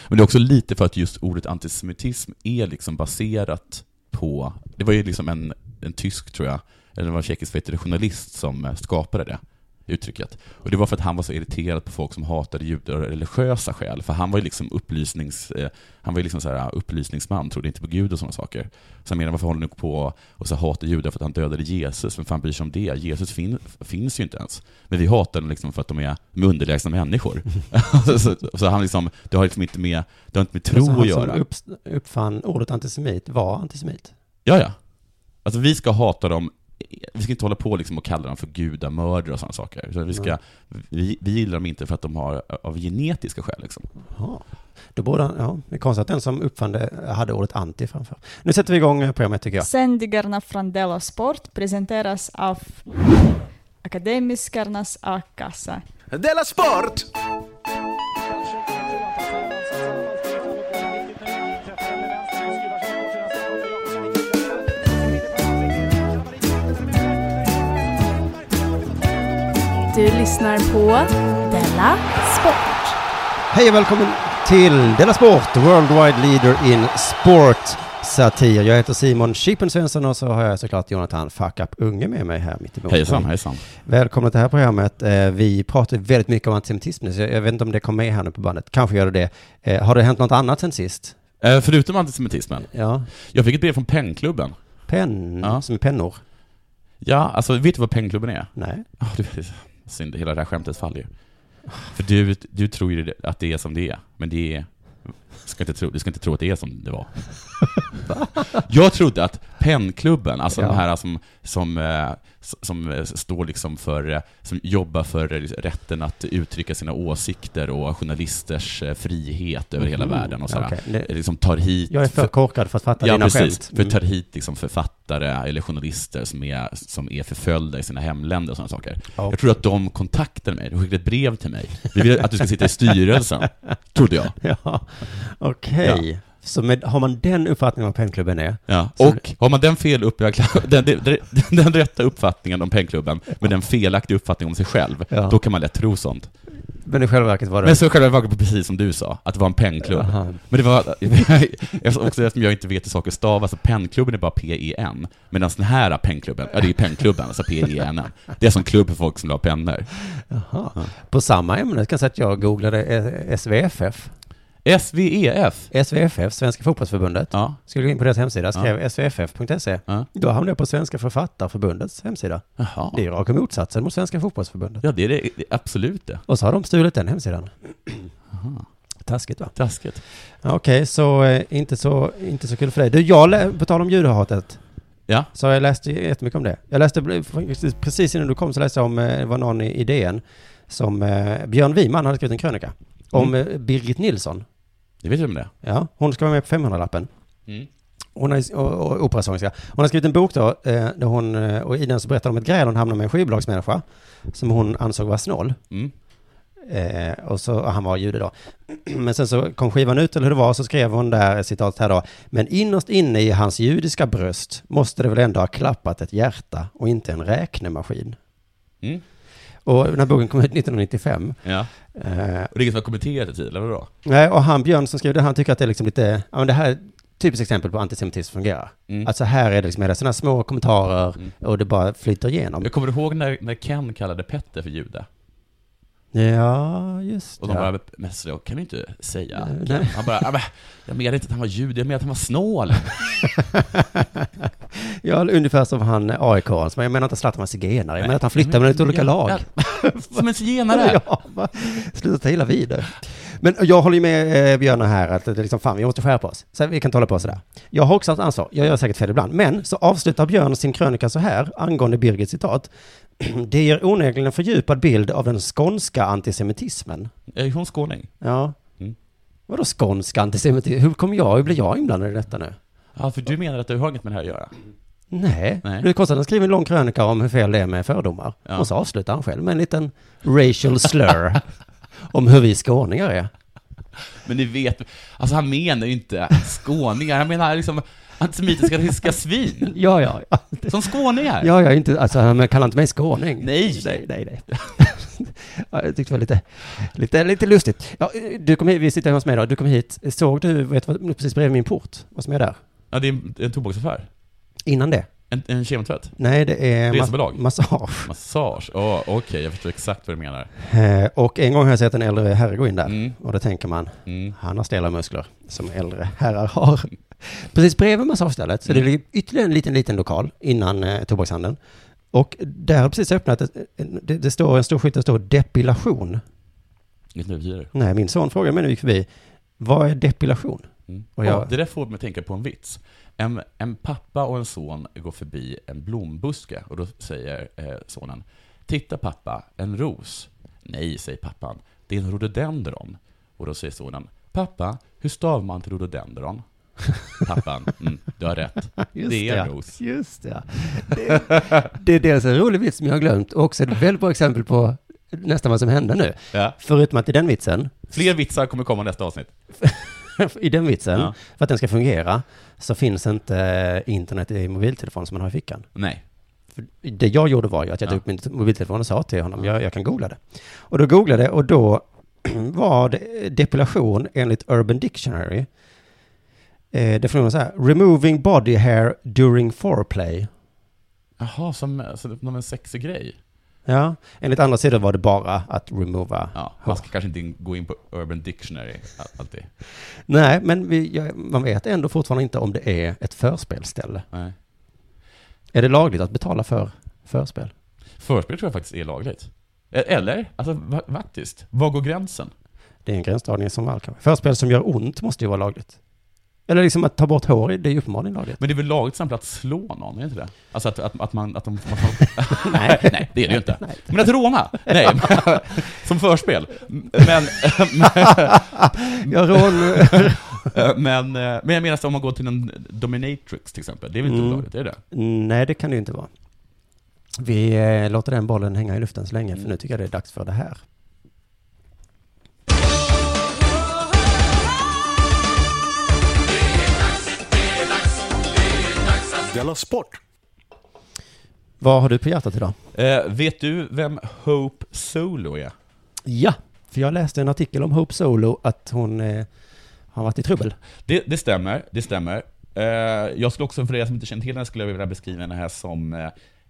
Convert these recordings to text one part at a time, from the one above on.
Men det är också lite för att just ordet antisemitism är liksom baserat på, det var ju liksom en tysk, tror jag, eller det var en tjeckisk journalist som skapade det uttrycket. Och det var för att han var så irriterad på folk som hatade judar och religiösa skäl. För han var ju liksom upplysningsman, trodde inte på Gud och sådana saker. Så han menade, varför håller ni på och så hatar judar för att han dödade Jesus? Men fan bryr sig om det? Jesus finns ju inte ens. Men vi hatar dem liksom för att de är underlägsna människor. så han liksom, det har liksom inte med tro att göra. Han som uppfann ordet antisemit var antisemit. Ja. Alltså vi ska hata dem. Vi ska inte hålla på liksom och kalla dem för gudamördare och sådana saker. Så vi gillar dem inte för att de har av genetiska skäl liksom. Jaha. Då borde det är konstigt att den som uppfann det hade ordet anti framför. Nu sätter vi igång programmet, tycker jag. Sändningarna från Della Sport presenteras av Akademiskarnas A-kassa. Della Sport! Du lyssnar på Della Sport. Hej och välkommen till Della Sport, worldwide leader in sport satir. Jag heter Simon Chippen Svensson och så har jag såklart Jonathan Fuck Up Unge med mig här mitt emot. Hejsan. Välkommen till det här programmet. Vi pratar väldigt mycket om antisemitism, så jag vet inte om det kommer med här nu på bandet. Kanske gör det. Har det hänt något annat sen sist? Förutom antisemitismen? Ja. Jag fick ett brev från Pennklubben. Som är pennor? Ja, alltså vet du vad Pennklubben är? Nej. Synd, hela det här skämtet faller ju. För du tror ju att det är som det är, men det är... Du ska inte tro att det är som det var. Jag trodde att Pennklubben, alltså de här som står liksom för, som jobbar för rätten att uttrycka sina åsikter och journalisters frihet över hela världen och sådär. Okay. Liksom tar hit... Jag är för korkad för att fatta dina skämt. För tar hit liksom författare eller journalister som är förföljda i sina hemländer och sådana saker. Okay. Jag tror att de kontaktade mig, de skickade ett brev till mig. Vi vill att du ska sitta i styrelsen, trodde jag. Ja, okej. Ja. Så har man den uppfattningen om vad Pennklubben är? Ja, och har man den rätta uppfattningen om Pennklubben med den felaktiga uppfattningen om sig själv, då kan man lätt tro sånt. Men i själva verket var det... Men så själva verket precis som du sa, att det var en pennklubb. Aha. Men det var, också eftersom jag inte vet hur saker stavas, så pennklubben är bara P-E-N. Medan den här pennklubben, det är pennklubben, alltså P-E-N. Det är som klubb för folk som har pennor. Jaha. Ja. På samma ämne kan jag säga att jag googlade SVFF. SVFF, Svenska fotbollsförbundet. Ja. Skulle gå in på deras hemsida, skrev svff.se. Ja. Då hamnade jag på Svenska författarförbundets hemsida. Jaha. Det är raka motsatsen mot Svenska fotbollsförbundet. Ja, det är det, absolut det. Och så har de stulit den hemsidan. Aha. Taskigt, va? Taskigt. Okej, så inte så kul för dig. Du, jag på tal om judehatet. Ja. Så jag läste jättemycket om det. Jag läste precis innan du kom, så läste jag om det var någon i DN som Björn Wiman hade skrivit en krönika om Birgit Nilsson. Det vet du om det? Ja, hon ska vara med på 500-lappen. Hon är operasångerska. Hon har skrivit en bok då, där hon, och i den så berättar om ett grej hon hamnade med en skivbolagsmänniska som hon ansåg var snål. Och han var jude då. Men sen så kom skivan ut, eller hur det var, så skrev hon där, citat här då: men innerst inne i hans judiska bröst måste det väl ändå ha klappat ett hjärta och inte en räknemaskin. Och den här boken kom ut 1995. Ja. Och det är inget som har kommenterat det till, eller vadå? Nej, och han Björn som skrev det, han tycker att det är liksom lite... Ja, men det här är typiskt exempel på antisemitism fungerar. Alltså här är det liksom sådana små kommentarer och det bara flyter igenom. Jag kommer ihåg när Ken kallade Petter för jude. Ja, just det. Och de bara, men så kan vi inte säga. Han bara, jag menar inte att han var jude, jag menar att han var snål. Ja, ungefär som han AIK. Jag menar inte att Zlatan var zigenare. Jag menar att han flyttade med ett olika lag. Som en zigenare. Ja, sluta ta illa vid det. Men jag håller ju med Björn här att det liksom, fan, vi måste skärpa oss. Så vi kan inte hålla på sådär. Jag har också ett ansvar. Jag gör säkert fel ibland. Men så avslutar Björn sin krönika så här angående Birgit, citat: det ger onekligen en fördjupad bild av den skånska antisemitismen. Är hon skåning? Ja. Vadå skånska antisemitism? Hur blir jag inblandad i detta nu? Ja, för du menar att du har inget med det här att göra? Nej. Det är konstigt att han skriver en lång krönika om hur fel det är med fördomar. Ja. Och så avslutar han själv med en liten racial slur om hur vi skåningar är. Men ni vet, alltså han menar ju inte skåningar. Han menar liksom antisemitiska ryska svin. Ja. Som skåningar. Ja, inte, alltså han kallar inte mig skåning. Nej. Ja, jag tyckte det var lite lustigt. Ja, du kom hit, vi sitter hos mig då. Du kom hit. Såg du, vet vad, precis bredvid min port? Vad som är där? Ja, det är en tobaksaffär. Innan det? En kemontvätt? Nej, det är resebolag. Massage. Massage? Okej, jag förstår exakt vad du menar. Och en gång har jag sett en äldre herre gå in där. Mm. Och då tänker man, han har stela muskler som äldre herrar har. Precis bredvid massagestället så det ligger ytterligare en liten lokal innan tobakshandeln. Och där har precis öppnat, det står en stor skylt, det står depilation. Nej, min son frågade mig när vi gick förbi, vad är depilation? Och det där får mig att tänka på en vits. En pappa och en son går förbi en blombuske och då säger sonen, titta pappa, en ros. Nej, säger pappan, det är en rhododendron. Och då säger sonen, pappa, hur stavar man till rhododendron? Pappan, du har rätt. Det är en ros. Just det. Det är dels en rolig vits som jag har glömt och också ett väldigt bra exempel på nästan vad som händer nu. Ja. Förutom att i den vitsen... Fler vitsar kommer komma nästa avsnitt. I den vitsen, för att den ska fungera, så finns inte internet i mobiltelefon som man har i fickan. Nej. För det jag gjorde var ju att jag tog upp min mobiltelefon och sa till honom, jag kan googla det. Och då googlade jag och då var det depilation enligt Urban Dictionary. Definitionen så här, removing body hair during foreplay. Jaha, som en sexig grej. Ja, enligt andra sidor var det bara att remova. Ja, man ska kanske inte gå in på Urban Dictionary alltid. Nej, men man vet ändå fortfarande inte om det är ett förspelställe. Nej. Är det lagligt att betala för förspel? Förspel tror jag faktiskt är lagligt. Eller, alltså faktiskt, var går gränsen? Det är en gränsdragning som all kan. Förspel som gör ont måste ju vara lagligt. Eller liksom att ta bort hår, det är ju uppenbarligen lagligt. Men det är väl lagligt exempel att slå någon, är inte det? Alltså att de nej, det är det ju inte. Nej. Men att råna? Nej, som förspel. Men jag menar så om man går till en dominatrix till exempel, det är väl inte lagligt, är det? Nej, det kan det ju inte vara. Vi låter den bollen hänga i luften så länge, för nu tycker jag det är dags för det här. Della Sport. Vad har du på hjärtat idag? Vet du vem Hope Solo är? Ja, för jag läste en artikel om Hope Solo att hon har varit i trubbel. Det stämmer. Jag skulle också, för er som inte känner till henne, skulle jag vilja beskriva henne här som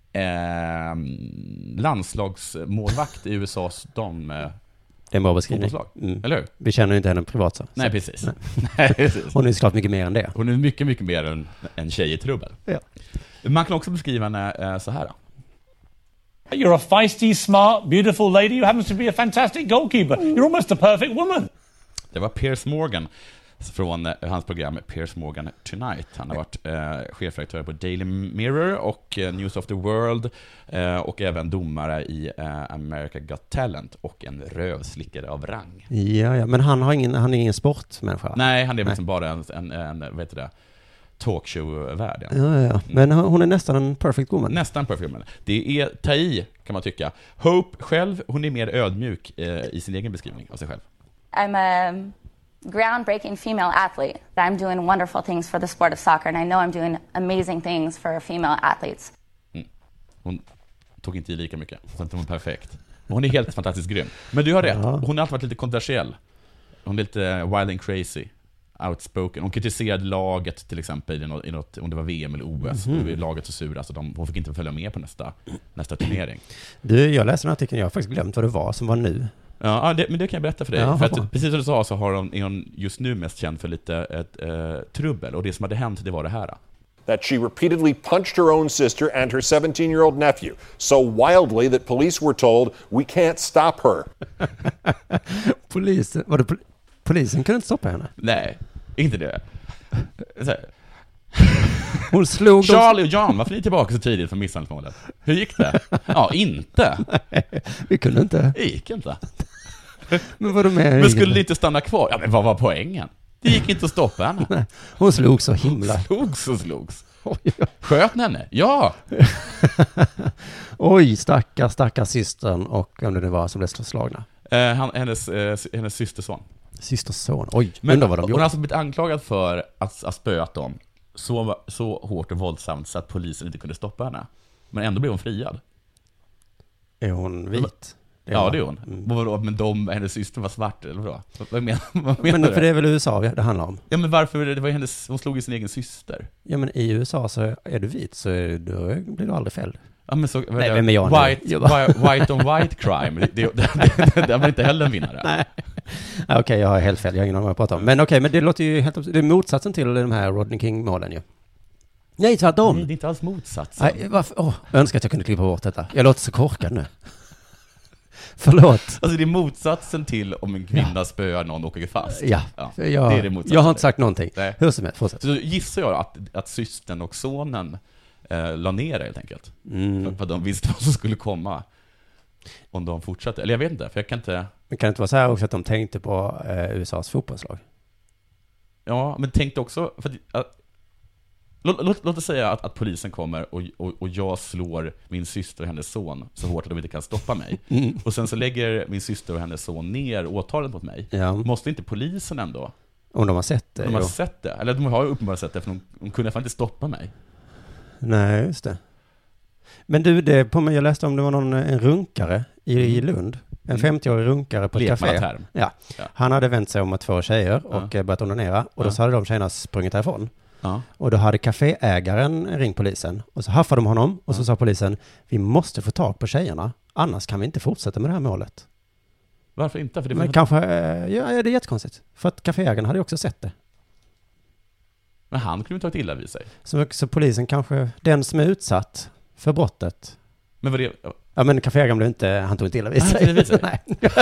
landslagsmålvakt i USAs dam. Det är en bra beskrivning. Eller hur? Vi känner ju inte henne privat så. Nej, precis. Nej, precis. Hon är såklart mycket mer än det. Hon är mycket, mycket mer än en tjej i trubbel. Ja. Man kan också beskriva henne så här. You're a feisty, smart, beautiful lady who happens to be a fantastic goalkeeper. You're almost a perfect woman. Det var Piers Morgan från hans program Piers Morgan Tonight. Han har varit chefredaktör på Daily Mirror och News of the World och även domare i America Got Talent och en rövslickare av rang. Ja, men han är ingen sportmänniska. Nej, han är liksom bara en vet du det, talkshow-värld. Ja. Men hon är nästan en perfect woman. Nästan perfect woman. Det är tai, kan man tycka. Hope själv, hon är mer ödmjuk i sin egen beskrivning av sig själv. I'm a groundbreaking female athlete. I'm doing wonderful things for the sport of soccer, and I know I'm doing amazing things for female athletes. Hon tog inte i lika mycket, så inte hon perfekt. Hon är helt fantastiskt grym. Men du har rätt, hon har alltid varit lite kontroversiell. Hon är lite wild and crazy, outspoken. Hon kritiserade laget till exempel i något, om det var VM eller OS. Då var laget så sura så hon fick inte följa med på nästa turnering. Du, jag läste den artikeln, jag har faktiskt glömt vad det var som var nu. Ja, men det kan jag berätta för dig. För att, precis som du sa så är hon just nu mest känd för lite trubbel. Och det som hade hänt, det var det här. That she repeatedly punched her own sister and her 17-year-old nephew so wildly that police were told we can't stop her. Polisen kunde inte stoppa henne? Nej, inte det. Hon slog Charlie och John, varför är ni tillbaka så tidigt från misshandelsmålet? Hur gick det? Ja, inte. Vi kunde inte. Det gick inte. Men vad med? Men skulle ni inte stanna kvar? Ja, men vad var poängen? Det gick inte att stoppa henne. Nej, hon slog så himla. Slogs. Sköt henne? Ja. Oj, stackars systern och om det nu var som blev slagna. Hennes systerson. Systerson, oj. Men vad de hon har alltså blivit anklagad för att spöat dem så hårt och våldsamt så att polisen inte kunde stoppa henne. Men ändå blev hon friad. Är hon vit? Ja, det är hon. Vadå, men hennes syster var svart, eller vadå? Vad menar men du? för det är väl USA det handlar om? Ja, men varför? Det var ju hon slog ju sin egen syster. Ja, men i USA så är du vit så då blir du aldrig fälld. Ja, men så, Nej, vem är jag nu? White on white crime. Det var inte heller en vinnare. Nej. Okej, jag har helt fel. Jag har ingen aning vad jag pratar om. Men okej, men det låter ju helt... Det är motsatsen till de här Rodney King-målen ju. Nej, tvärtom. Nej, det är inte alls motsatsen. Nej, varför? Jag önskar att jag kunde klippa bort detta. Jag låter så korkad nu. Förlåt. Alltså det är motsatsen till om en kvinna spöar någon och åker fast. Ja. Det är det motsatsen. Jag har inte sagt någonting. Nej. Hur som helst, fortsätt. Så gissar jag att systern och sonen la ner det helt enkelt. För att de visste vad som skulle komma om de fortsatte. Eller jag vet inte, för jag kan inte... Men kan det inte vara så här också att de tänkte på USAs fotbollslag? Ja, men tänkte också... För att, låt oss säga att polisen kommer och jag slår min syster och hennes son så hårt att de inte kan stoppa mig. Och sen så lägger min syster och hennes son ner åtalet mot mig. Ja. Måste inte polisen ändå? Om de har sett det. De har sett det. Eller de har ju uppenbarligen sett det, för de kunde fan inte stoppa mig. Nej, just det. Men du, det på mig, jag läste om det var en runkare i Lund. En 50-årig runkare på ett café. Ja. Han hade vänt sig om med 2 tjejer och börjat onanera. Och då så hade de tjejerna sprungit därifrån. Ja. Och då hade kaféägaren ringt polisen. Och så haffade de honom. Och så sa polisen, vi måste få tag på tjejerna. Annars kan vi inte fortsätta med det här målet. Varför inte? För det men kanske, ja, det är jättekonstigt. För att kaféägaren hade ju också sett det. Men han kunde inte ha tagit illa vid sig. Så polisen kanske, den som är utsatt för brottet. Men vad det... Ja, men kaféägaren blev inte, han tog inte illa vid sig. Nej.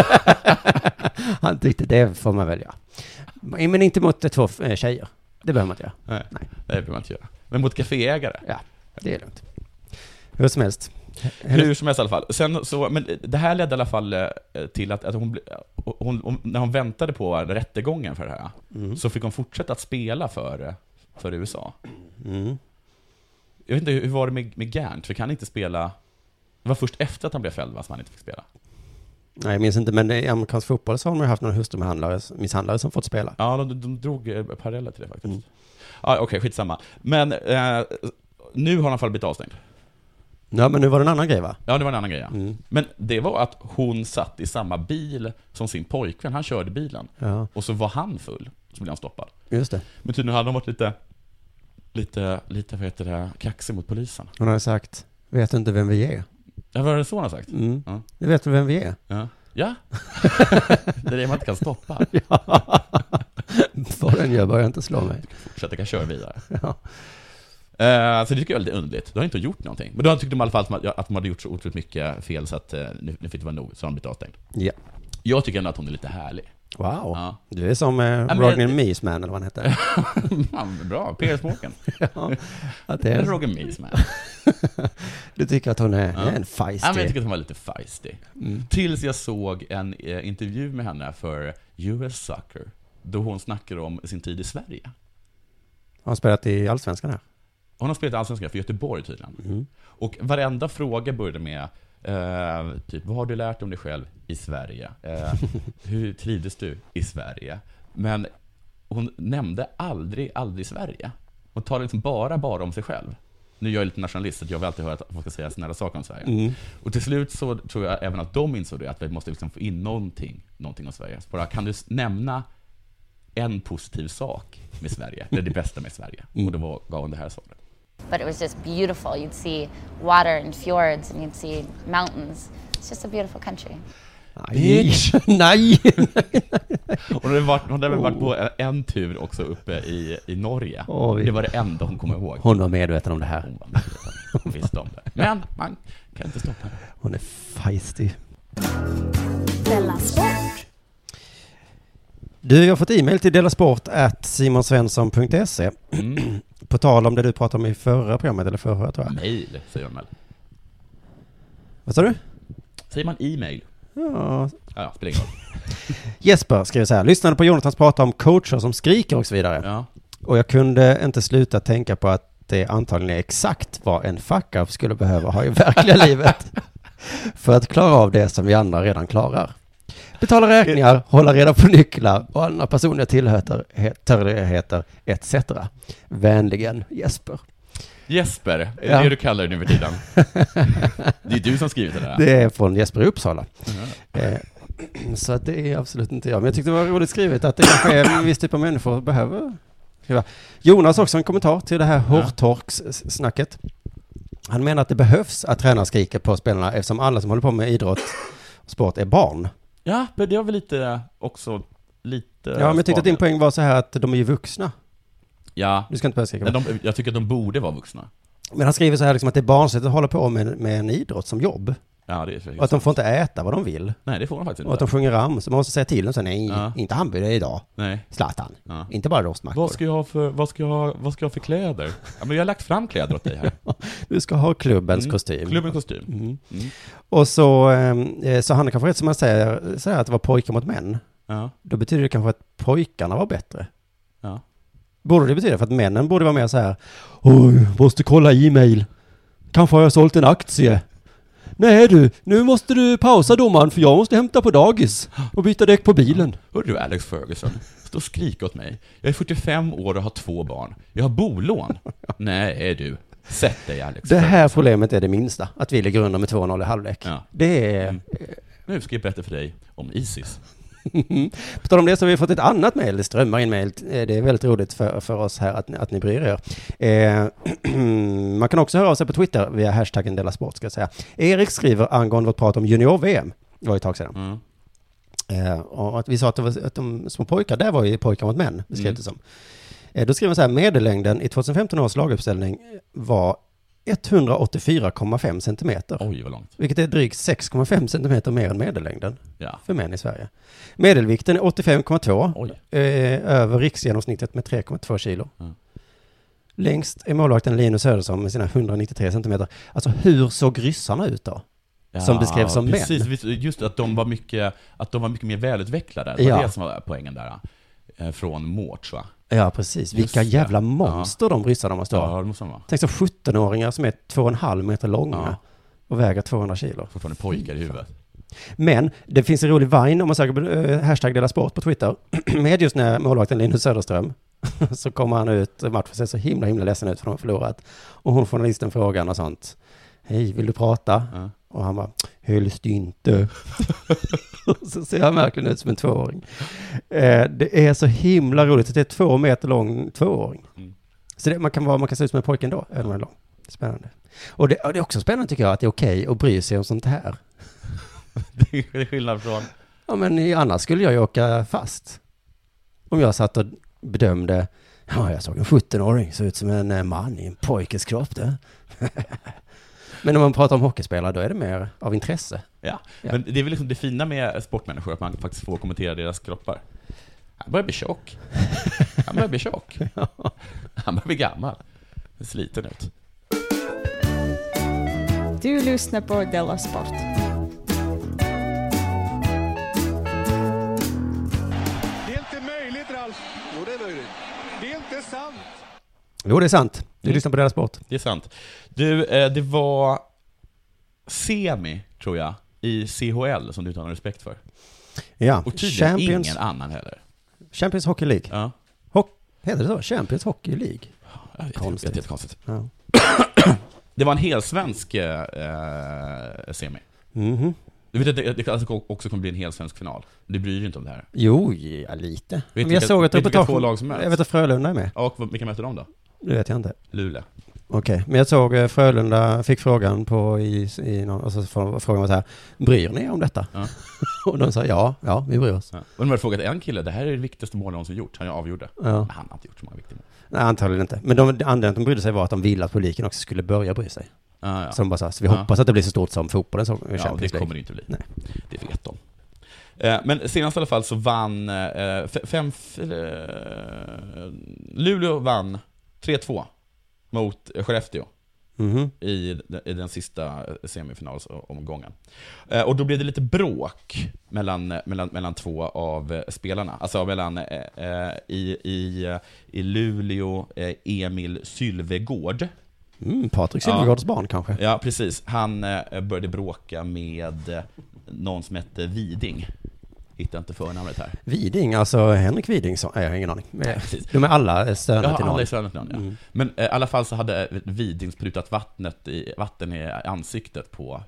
Han tyckte det får man välja. Men inte mot 2 tjejer. Det behöver man inte göra. Nej, det behöver man inte göra. Men mot kaféägare? Ja, det är lugnt. Hur som helst. Hur som helst i alla fall. Sen så, men det här ledde i alla fall till att hon när hon väntade på rättegången för det här, så fick hon fortsätta att spela för USA. Jag vet inte, hur var det med Gant? För kan inte spela... Det var först efter att han blev fälld som han inte fick spela. Nej, jag minns inte, men i amerikansk fotboll så har man ju haft några hustrumisshandlare som fått spela. Ja, de drog paralleller till det faktiskt. Ja, okej, skitsamma. Men nu har han i alla fall blivit avstängd. Ja, men nu var det en annan grej, va? Ja, det var en annan grej, ja. Men det var att hon satt i samma bil som sin pojkvän. Han körde bilen. Ja. Och så var han full, så blev han stoppad. Just det. Men tydligen hade de varit lite vad heter det, kaxig mot polisen. Hon hade sagt, vet du inte vem vi är? Ja, vad var det så hon har sagt? Ja. Du vet väl vem vi är? Ja. Ja. Det är det man inte kan stoppa. Ja. Vad den gör, börjar inte slå mig. Så att jag kan köra vidare. Ja. Så det tycker jag är lite underligt. De har inte gjort någonting. Men då tyckte de i alla fall att de hade gjort så otroligt mycket fel så att nu fick det vara nog, så har de blivit avstängd. Ja. Jag tycker ändå att hon är lite härlig. Wow. Ja. Du är som Roger Meesman eller vad han heter. Bra, P.S. Ja, det är Roger Meesman. Du tycker att hon är en feisty? Ja, men jag tycker att hon var lite feisty. Tills jag såg en intervju med henne för US Soccer, då hon snackar om sin tid i Sverige. Har hon spelat i Allsvenskan här? Hon har spelat i Allsvenskan för Göteborg tydligen. Och varenda fråga började med typ, vad har du lärt om dig själv i Sverige? Hur trivdes du i Sverige? Men hon nämnde aldrig Sverige. Hon talade liksom bara om sig själv. Nu är jag lite nationalist, så jag vill alltid höra att man ska säga snälla saker om Sverige. Och till slut så tror jag även att de insåg det, att vi måste liksom få in någonting om Sverige. Så bara, kan du nämna en positiv sak med Sverige? Det är det bästa med Sverige. Och då gav hon det här svaret. But it was just beautiful. You'd see water and fjords and you'd see mountains. It's just a beautiful country. Nej. Hon hade väl varit på en tur också uppe i Norge. Det var det enda hon kom ihåg. Hon var medveten om det här. Hon visste om det. Men man kan inte stoppa det. Hon är feisty. Della Sport. Du, jag har fått e-mail till delasport@simonsvensson.se. På tal om det du pratade om i förra programmet, eller förra tror jag. Mail, säger man. Vad sa du? Säger man e-mail? Ja, spelar ingen roll. Jesper skriver så här: lyssnade på Jonathans prata om coacher som skriker och så vidare. Ja. Och jag kunde inte sluta tänka på att det antagligen är exakt vad en fuck-up skulle behöva ha i verkliga livet för att klara av det som vi andra redan klarar. Betala räkningar, hålla reda på nycklar och andra personliga tillhörigheter etc. Vänligen Jesper. Jesper, är det Ja. det du kallar det nu för tiden? Det är du som skrivit det där. Det är från Jesper i Uppsala. Så att det är absolut inte jag. Men jag tyckte det var roligt skrivet att det kanske är en viss typ av människor behöver. Jonas också en kommentar till det här hårtorks-snacket. Han menar att det behövs att tränare skriker på spelarna eftersom alla som håller på med idrott och sport är barn. Ja, men det var väl lite också lite... Ja, men jag tyckte att din poäng var så här att de är ju vuxna. Ja, Du ska inte börja skrika. jag tycker att de borde vara vuxna. Men han skriver så här liksom att det är barnsligt att hålla på med en idrott som jobb. Ja, det är Och att de får inte äta vad de vill. Nej, det får de faktiskt Och att de inte. sjunger ram. Så man måste säga till dem så nej, inte hamburgare idag. Nej. Zlatan. Ja. Inte bara rostmackor. Vad ska jag ha för kläder? Ja, men jag har lagt fram kläder åt dig här. Du ska ha klubbens kostym. Klubbens kostym. Och så han kanske rätt som man säger så här att det var pojkar mot män. Ja. Då betyder det kanske att pojkarna var bättre. Ja. Borde det betyda för att männen borde vara mer så här. Oj, måste kolla e-mail. Kanske har jag sålt en aktie. Nej du, nu måste du pausa domaren för jag måste hämta på dagis och byta däck på bilen. Hör du Alex Ferguson, stå och skrika åt mig. Jag är 45 år och har 2 barn. Jag har bolån. Nej du, sätt dig Alex Det här Ferguson. problemet är det minsta. Att vi ligger under med 2-0 i halvlek. Ja. Det är... Nu ska jag berätta för dig om Isis. På tal om det så har vi fått ett annat mejl. Det strömmar in mejl. Det är väldigt roligt för oss här att ni bryr er. Man kan också höra av sig på Twitter via hashtaggen Della Sport, ska jag säga. Erik skriver angående vårt prat om junior-VM. Det var ett tag sedan. Och att vi sa att de små pojkar, där var ju pojkar mot män, beskrev det som. Då skriver man så här, medellängden i 2015 års laguppställning var 184,5 centimeter. Oj, vad långt. Vilket är drygt 6,5 centimeter mer än medellängden för män i Sverige. Medelvikten är 85,2. Över riksgenomsnittet med 3,2 kilo. Längst är målvakten Linus Söderström med sina 193 centimeter. Alltså hur såg ryssarna ut då? Som beskrevs som precis, män. Just att de var mycket mer välutvecklade. Det var det som var poängen där. Från Mårts, va? Ja, precis. Vilka jävla monster de ryssarna måste ha. Ja, det måste de vara. Tänk så 17-åringar som är 2,5 meter långa och väger 200 kilo. Fortfarande pojkar i huvudet. Men det finns en rolig vine om man söker på hashtag Della Sport på Twitter. Med just när målvakten Linus Söderström så kommer han ut, matchen ser så himla ledsen ut för de har förlorat. Och hon journalisten frågan och sånt. Hej, vill du prata? Och han bara, helst inte. Så ser han verkligen ut som en 2-åring. Det är så himla roligt att det är 2 meter lång 2-åring. Så det, man kan se ut som en pojke ändå, även om man är lång. Spännande. Och det är också spännande tycker jag att det är okej att bry sig om sånt här. Det är skillnad från... Ja, men annars skulle jag ju åka fast. Om jag satt och bedömde, jag såg en 17-åring, så ut som en man i en pojkes kropp där. Men om man pratar om hockeyspelare, då är det mer av intresse. Ja, men det är väl liksom det fina med sportmänniskor, att man faktiskt får kommentera deras kroppar. Han börjar bli tjock. Han börjar bli gammal. Sliten ut. Du lyssnar på Della Sport. Det är inte möjligt, Ralf. Jo, det är möjligt. Det är inte sant. Jo, det är sant. Du lyssnar på Della Sport. Det är sant. Du, det var semi, tror jag, i CHL som du inte har någon respekt för. Ja, Och tydligen ingen annan heller. Champions Hockey League. Ja. Heter det så? Champions Hockey League. Konstigt. Jättekonstigt. Ja. Det var en hel svensk semi. Du vet att det alltså också kommer bli en hel svensk final. Du bryr dig inte om det här. Jo, ja, lite. Men jag såg ett reportage. Jag vet att Frölunda är med. Och vilka möter de då? Det vet jag inte. Luleå. Okej, men jag såg Frölunda fick frågan på i någon, och så frågan var så här, bryr ni om detta? Ja. Och de sa ja, vi bryr oss. Ja. Och de hade frågat en kille, det här är det viktigaste målet någonsin gjort. Han avgjorde. Ja. Men han har inte gjort så många viktiga mål. Nej, antagligen inte. Men anledningen att de brydde sig var att de ville att publiken också skulle börja bry sig. Ja. Så de bara sa, så vi hoppas att det blir så stort som fotbollen som det Champions League. kommer det inte bli. Nej. Det vet de. Men senast i alla fall så vann Luleå vann 3-2 mot Skellefteå i den sista semifinalsomgången. Och då blev det lite bråk mellan två av spelarna. Alltså mellan i Luleå Emil Sylvegård. Patrik Sylvegårds barn kanske. Ja, precis. Han började bråka med någon som hette Widing. hittar inte förnamnet här. Widing, alltså Henrik Widing, så jag har ingen aning. De är alla söner till någon. Alla är söner till någon, ja. Men i alla fall så hade Widing sprutat vatten i ansiktet på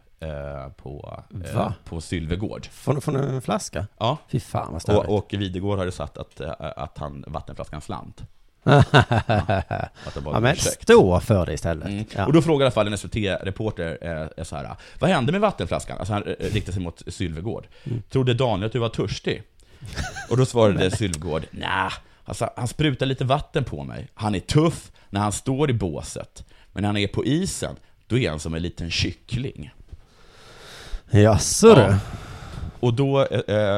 Sylvegård. Från en flaska? Ja. Fy fan vad störigt. Och Videgård hade sagt att vattenflaskan slant. Ja, men stå för det istället. Ja. Och då frågar i alla fall en SVT-reporter så här: vad hände med vattenflaskan? Alltså han riktade sig mot Sylvegård. Trodde Daniel att du var törstig? Och då svarade Sylvegård: nej, alltså, han sprutar lite vatten på mig. Han är tuff när han står i båset, men när han är på isen, då är han som en liten kyckling. Jaså du? Och då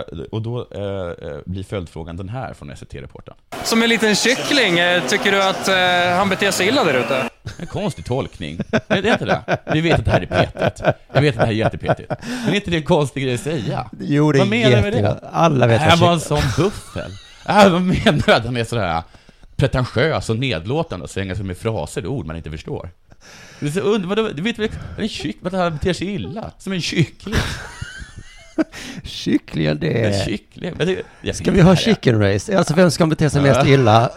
blir följdfrågan den här från SVT-reportern. Som en liten kyckling, tycker du att han beter sig illa där ute? En konstig tolkning. Det är inte det. Vi vet att det här är petigt. Jag vet att det här är jättepetigt. Men är inte det en konstig grej att säga? Jo, det är jättepetigt. Alla vet vad var en sån buffel. Vad menar du att han är sådär pretentiös och nedlåtande och svänger sig med fraser och ord man inte förstår? Det är så du vet väl en kyckling, att han beter sig illa som en kyckling. Kycklingen, det är... Kyckling. Ska vi ha chicken race? Alltså vem ska bete sig mest illa?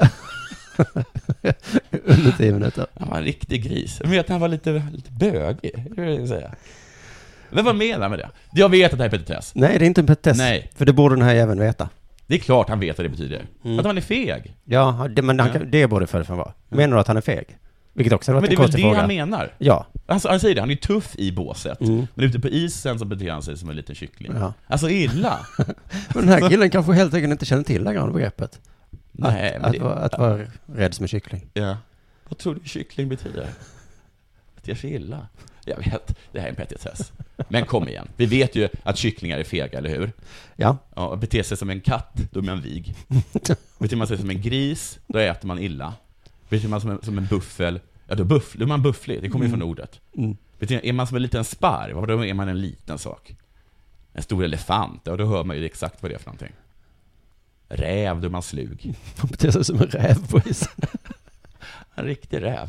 Under 10 minuter. Han var en riktig gris. Jag vet att han var lite bögig. Hur vill jag säga? Men vad menar med det? Jag vet att det här är petitess. Nej, det är inte en petitess. Nej. För det borde den här även veta. Det är klart han vet vad det betyder. Att han är feg. Ja, det borde för vara. Menar du att han är feg? Vilket också har varit en konstig fråga. Men det är väl det han menar? Ja. Han säger det, han är tuff i båset. Men ute på isen så beter han sig som en liten kyckling. Ja. Alltså illa. Men den här killen kanske helt enkelt inte känner till det gamla begreppet. Nej, att vara rädd som en kyckling. Ja. Vad tror du kyckling betyder? Beter sig illa. Jag vet, det här är en petitess. Men kom igen, vi vet ju att kycklingar är fega, eller hur? Ja. Ja, beter sig som en katt, då är man vig. Beter man sig som en gris, då äter man illa. Beter man som en buffel, ja då är man bufflig, det kommer ju från ordet. Är man som en liten sparv, då är man en liten sak. En stor elefant, och då hör man ju exakt vad det är för någonting. Räv, då är man slug. Man beter sig som en räv på isen. En riktig räv.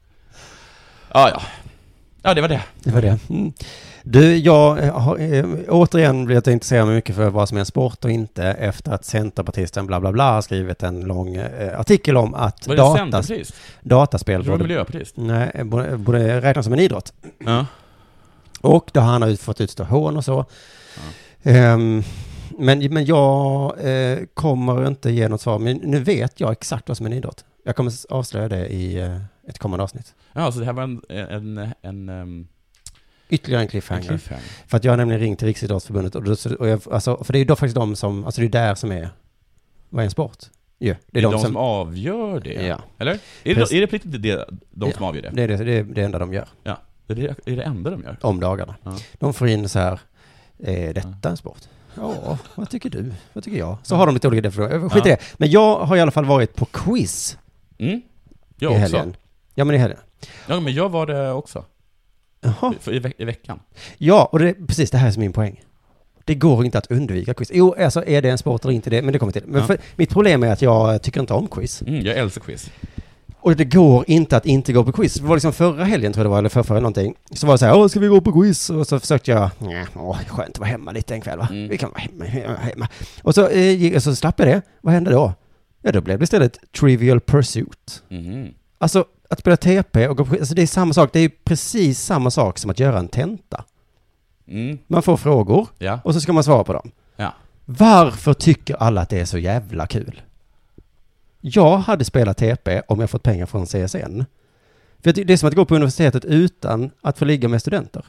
Ja, det var det. Det var det. Du, jag har återigen blivit intresserad mycket för vad som är sport och inte efter att centerpartisten bla bla bla har skrivit en lång artikel om att dataspel borde räknas som en idrott. Ja. Och då har han fått utstå hån och så. Ja. Men jag kommer inte ge något svar. Men nu vet jag exakt vad som är en idrott. Jag kommer avslöja det i ett kommande avsnitt. Ja, så det här var en ytterligare en cliffhanger. För att jag har nämligen ringt till Riksidrottsförbundet för det är ju då faktiskt de som, alltså det är där som är, vad är en sport? Ja, det är de som avgör det. Ja. Eller? Är det riktigt de som avgör det? Det är det enda de gör. Ja, är det enda de gör? Om dagarna. Ja. De får in så här, är detta en sport? Ja, vad tycker du? Vad tycker jag? Så har de lite olika definitioner. Skit i det. Men jag har i alla fall varit på quiz. Jag i helgen. också. Ja, men i helgen. Ja, men jag var det också. Jaha. I veckan. Ja, och precis det här är som min poäng. Det går inte att undvika quiz. Jo, alltså är det en sport eller inte det, men det kommer till. Men mitt problem är att jag tycker inte om quiz. Jag älskar quiz. Och det går inte att inte gå på quiz. Det var liksom förra helgen tror jag det var, eller förra någonting. Så var det så här, ska vi gå på quiz? Och så försökte jag, skönt att vara hemma lite en kväll va? Vi kan vara hemma. Och så slapp jag det. Vad hände då? Ja, då blev det istället Trivial Pursuit. Alltså, att spela TP och gå på quiz, alltså det är samma sak. Det är precis samma sak som att göra en tenta. Man får frågor och så ska man svara på dem. Ja. Varför tycker alla att det är så jävla kul? Jag hade spelat TP om jag fått pengar från CSN. För det är som att gå på universitetet utan att få ligga med studenter.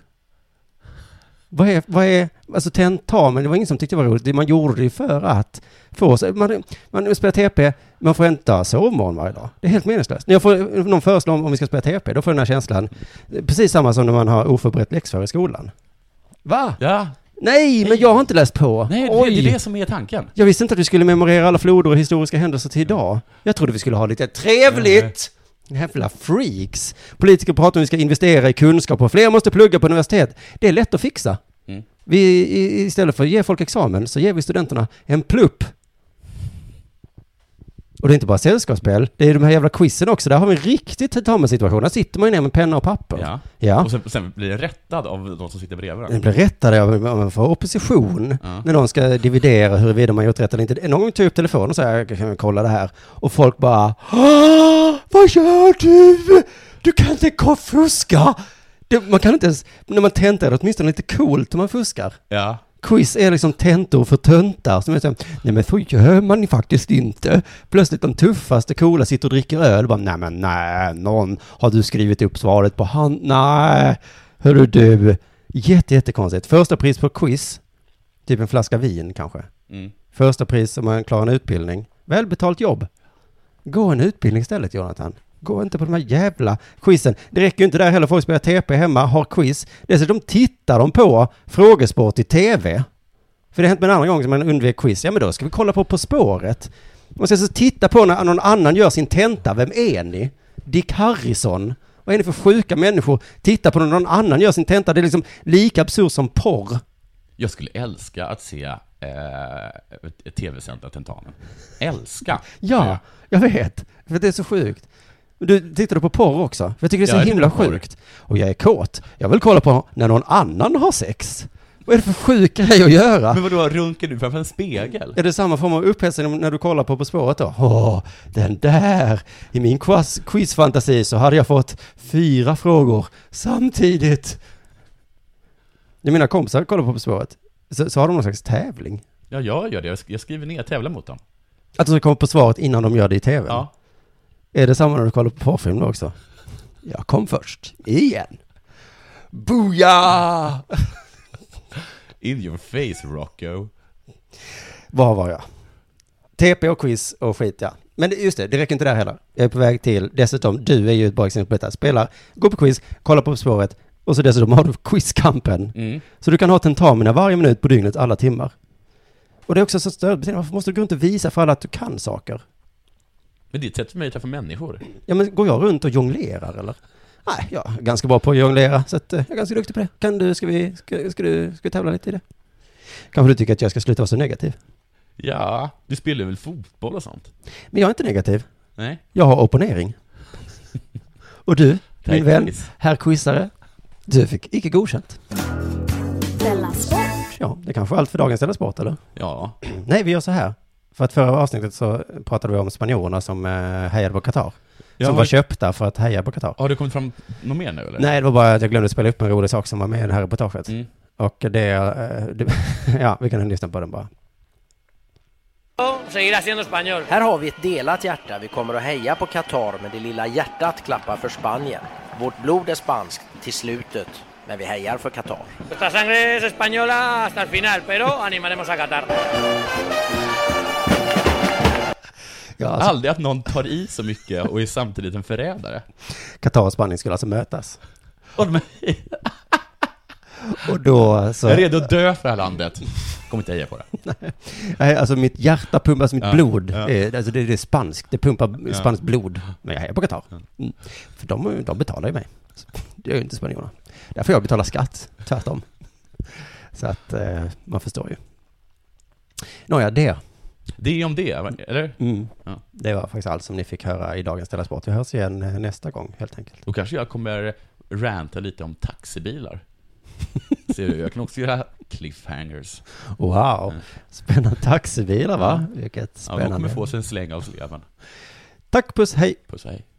Vad är alltså tentamen, det var ingen som tyckte det var roligt. Man gjorde det för att få man spelar TP, man får inte ha sovmorgon varje dag. Det är helt meningslöst. När jag får någon föreslår om vi ska spela TP, då får den här känslan precis samma som när man har oförberett läxför i skolan. Va? Ja. Nej, men jag har inte läst på. Nej, det är det som är tanken. Jag visste inte att vi skulle memorera alla floder och historiska händelser till idag. Jag trodde vi skulle ha lite trevligt. Jävla freaks. Politiker pratar om att vi ska investera i kunskap och fler måste plugga på universitet. Det är lätt att fixa. Vi, istället för att ge folk examen så ger vi studenterna en plupp. Och det är inte bara sällskapsspel, det är de här jävla quizen också. Där har vi en riktigt tentamen-situation. Där sitter man ju ner med penna och papper. Ja. Och sen blir det rättad av de som sitter bredvid den. Den blir rättad av för opposition när någon ska dividera huruvida man gjort rätt eller inte. Någon gång tar upp telefonen och säger jag kan kolla det här. Och folk bara vad gör du? Du kan inte fuska! Man kan inte ens, när man tentar är det åtminstone lite coolt om man fuskar. Ja. Quiz är liksom tentor för töntar som är så, nej men så gör man faktiskt inte. Plötsligt de tuffaste coola sitter och dricker öl och bara, nej, någon har du skrivit upp svaret på hand? Nej, hörru du. Jättekonstigt. Första pris på quiz, typ en flaska vin kanske. Första pris om man klarar en utbildning. Välbetalt jobb. Gå en utbildning istället, Jonathan. Gå inte på de här jävla quizen. Det räcker ju inte där heller. Folk spelar TP hemma, har quiz. Dessutom tittar de på frågesport i tv. För det har hänt med en annan gång som man undvek quiz. Ja, men då ska vi kolla på spåret. Man ska så titta på när någon annan gör sin tenta. Vem är ni? Dick Harrison. Vad är ni för sjuka människor? Titta på när någon annan gör sin tenta. Det är liksom lika absurd som porr. Jag skulle älska att se ett tv-sänt tentamen. Älska. Ja, jag vet. För det är så sjukt. Du tittar på porr också. För jag tycker det är så himla sjukt. Och jag är kåt. Jag vill kolla på när någon annan har sex. Vad är det för sjuk grej att göra? Men vadå, runkar du framför en spegel? Är det samma form av upphetsning när du kollar på spåret då? Den där. I min quizfantasi så hade jag fått 4 frågor samtidigt. Jag mina kompisar kollar på spåret. Så har de någon slags tävling. Ja, jag gör det. Jag skriver ner tävlar mot dem. Att de ska komma på svaret innan de gör det i tv? Ja. Är det samma när du kollar på porrfilm också? Jag kom först. Igen. Booyah! In your face, Rocco. Var var jag? TP och quiz och skit, ja. Men just det räcker inte där heller. Jag är på väg till, dessutom, du är ju ett bra exempel på detta. Spelar, gå på quiz, kolla på spåret och så dessutom har du quizkampen. Så du kan ha tentamina varje minut på dygnet, alla timmar. Och det är också så större. Varför måste du gå runt och visa för alla att du kan saker? Men det är ett sätt för mig att träffa människor. Ja, men går jag runt och jonglerar eller? Nej, jag är ganska bra på att jonglera, så att jag är ganska duktig på det. Kan du, ska du tävla lite i det? Kanske du tycker att jag ska sluta vara så negativ? Ja, du spelar väl fotboll och sånt? Men jag är inte negativ. Nej. Jag har opponering. Och du, min vän, herr quizare, du fick icke godkänt. Della Sport. Ja, det kanske är allt för dagens Della Sport, eller? Ja. Nej, vi gör så här. För att förra avsnittet så pratade vi om spanjorerna som hejade på Qatar. Som var köpta för att heja på Qatar. Har det kommit fram något mer nu, eller? Nej, det var bara att jag glömde spela upp en rolig sak som var med i det här reportaget. Och det ja, vi kan lyssna på den bara. Här har vi ett delat hjärta. Vi kommer att heja på Qatar, men det lilla hjärtat klappar för Spanien. Vårt blod är spanskt till slutet, men vi hejar för Qatar. Nuestra sangre es española hasta el final, pero animaremos a Qatar. Ja, alltså, aldrig att någon tar i så mycket och är samtidigt en förrädare. Qatar och Spanien skulle alltså mötas. Och då så... Jag är redo att dö för det här landet. Kommer inte heja på det. Nej, alltså mitt hjärta pumpas, mitt blod. Alltså det är spanskt. Det pumpar spanskt blod. Men jag hejar på Qatar. För de betalar ju mig. Det är ju inte spanjorerna. Därför jag betalar skatt. Tvärtom. Så att man förstår ju. Nåja, det. Det är om det, eller? Ja. Det var faktiskt allt som ni fick höra i dagens Della Sport. Vi hörs igen nästa gång, helt enkelt. Då kanske jag kommer ranta lite om taxibilar. Ser du, jag kan också göra cliffhangers. Wow, spännande taxibilar, va? Vilket spännande. Ja, de kommer få sig en släng av sleven. Tack, puss, hej. Puss, hej.